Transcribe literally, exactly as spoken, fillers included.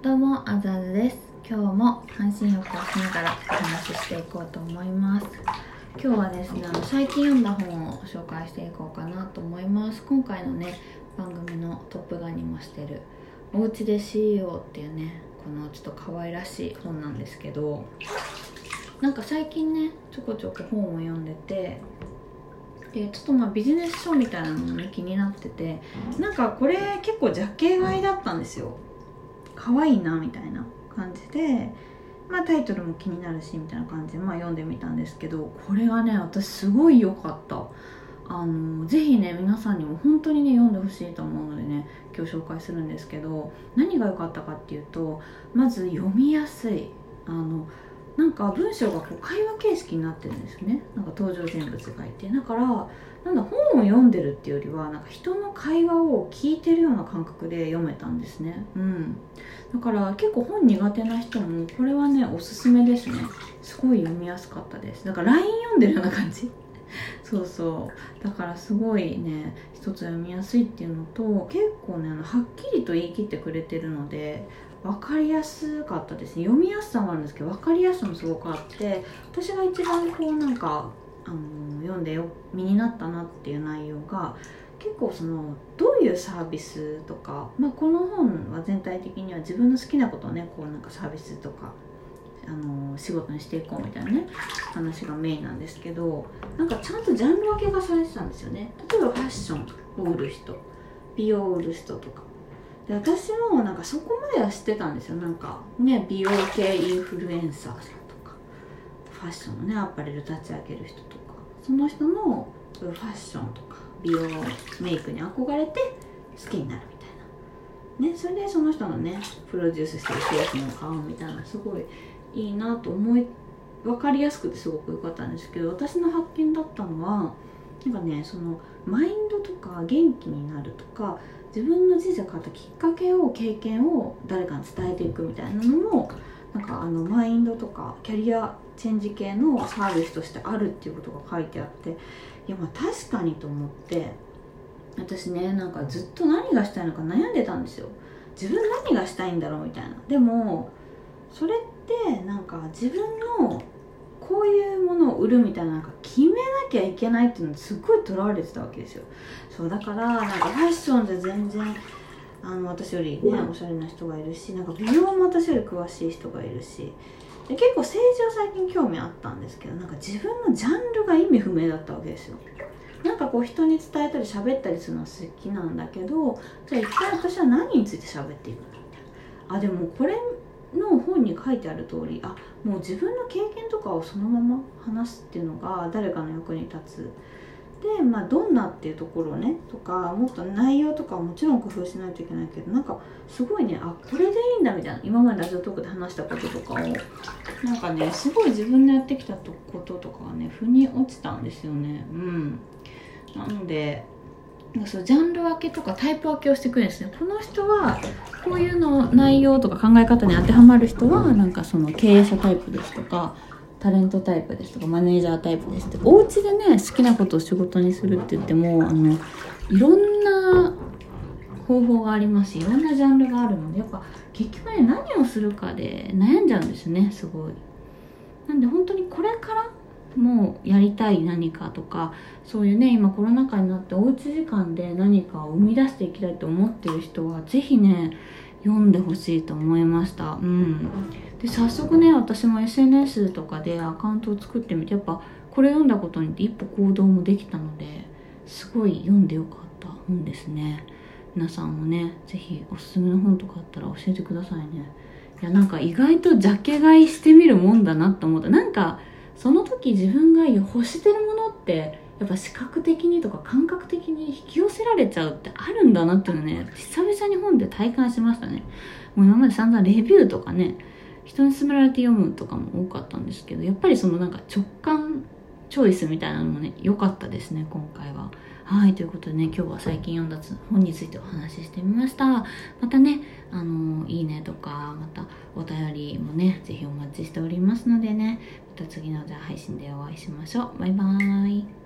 どうも、あずあずです。今日も半身浴をしながらお話ししていこうと思います。今日はですね、あの最近読んだ本を紹介していこうかなと思います。今回のね、番組のトップガンにもしてるおうちで シーイーオー っていうね、このちょっと可愛らしい本なんですけど、なんか最近ね、ちょこちょこ本を読んでて、でちょっとまあビジネス書みたいなのもね気になってて、なんかこれ結構ジャケ買いだったんですよ。可愛いなみたいな感じで、まあタイトルも気になるしみたいな感じで、まあ、読んでみたんですけど、これがね私すごい良かった。あのぜひね皆さんにも本当にね読んでほしいと思うのでね、今日紹介するんですけど、何が良かったかっていうと、まず読みやすい、あのなんか文章がこう会話形式になってるんですよね。なんか登場人物がいて、だからなんだ本を読んでるっていうよりはなんか人の会話を聞いてるような感覚で読めたんですね。うん。だから結構本苦手な人もこれはねおすすめですね。すごい読みやすかったです。だから ライン 読んでるような感じ。そうそう。だからすごいね一つ読みやすいっていうのと、結構ねあのはっきりと言い切ってくれてるので分かりやすかったですね。読みやすさもあるんですけど分かりやすさもすごくあって、私が一番こうなんかあの読んでよ身になったなっていう内容が、結構そのどういうサービスとか、まあ、この本は全体的には自分の好きなことをねこうなんかサービスとかあの仕事にしていこうみたいなね話がメインなんですけど、なんかちゃんとジャンル分けがされてたんですよね。例えばファッションを売る人、美容を売る人とかで、私もなんかそこまでは知ってたんですよ。なんかね美容系インフルエンサーさんとか、ファッションのねアパレル立ち上げる人とか、その人のファッションとか美容メイクに憧れて好きになるみたいなね。それでその人のねプロデュースしてる商品を買うみたいな、すごいいいなと思い、分かりやすくてすごく良かったんですけど、私の発見だったのはなんかね、そのマインドとか元気になるとか、自分の人生が変わったきっかけを経験を誰かに伝えていくみたいなのも、なんかあのマインドとかキャリアチェンジ系のサービスとしてあるっていうことが書いてあって、いやまあ確かにと思って、私ねなんかずっと何がしたいのか悩んでたんですよ。自分何がしたいんだろうみたいな。でもそれってなんか自分のこういうものを売るみたいな、なんか決めなきゃいけないっていうのにすっごいとらわれてたわけですよ。そうだからなんかファッションで全然あの私よりねおしゃれな人がいるし、なんか美容も私より詳しい人がいるし、で結構政治は最近興味あったんですけど、なんか自分のジャンルが意味不明だったわけですよ。なんかこう人に伝えたり喋ったりするのは好きなんだけど、じゃあ一体私は何について喋っていくのみたいな。あでもこれの本に書いてある通り、あもう自分の経験とかをそのまま話すっていうのが誰かの役に立つ。でまあどんなっていうところねとか、もっと内容とかはもちろん工夫しないといけないけど、なんかすごいね、あこれでいいんだみたいな、今までラジオトークで話したこととかをなんかねすごい自分でやってきたこととかがね腑に落ちたんですよね。うんなのでなんかそうジャンル分けとかタイプ分けをしてくれるんですね。この人はこういうの内容とか考え方に当てはまる人はなんかその経営者タイプですとか、タレントタイプですとか、マネージャータイプですって、お家でね好きなことを仕事にするって言ってもあのいろんな方法がありますし、いろんなジャンルがあるので、やっぱ結局ね何をするかで悩んじゃうんですね、すごい。なんで本当にこれからもうやりたい何かとか、そういうね今コロナ禍になっておうち時間で何かを生み出していきたいと思っている人はぜひね読んでほしいと思いました。うんで早速ね私も エスエヌエス とかでアカウントを作ってみて、やっぱこれ読んだことによって一歩行動もできたので、すごい読んでよかった本ですね。皆さんもねぜひおすすめの本とかあったら教えてくださいね。いやなんか意外とジャケ買いしてみるもんだなと思った。なんかその時自分が欲してるものってやっぱ視覚的にとか感覚的に引き寄せられちゃうってあるんだなっていうのね、久々に本で体感しましたね。もう今まで散々レビューとかね人に勧められて読むとかも多かったんですけど、やっぱりそのなんか直感チョイスみたいなのもね良かったですね今回は。はいということでね、今日は最近読んだ本についてお話ししてみました。またねあのいいねとかまたお便りもねぜひお待ちしておりますのでね、また次のじゃあ配信でお会いしましょう。バイバーイ。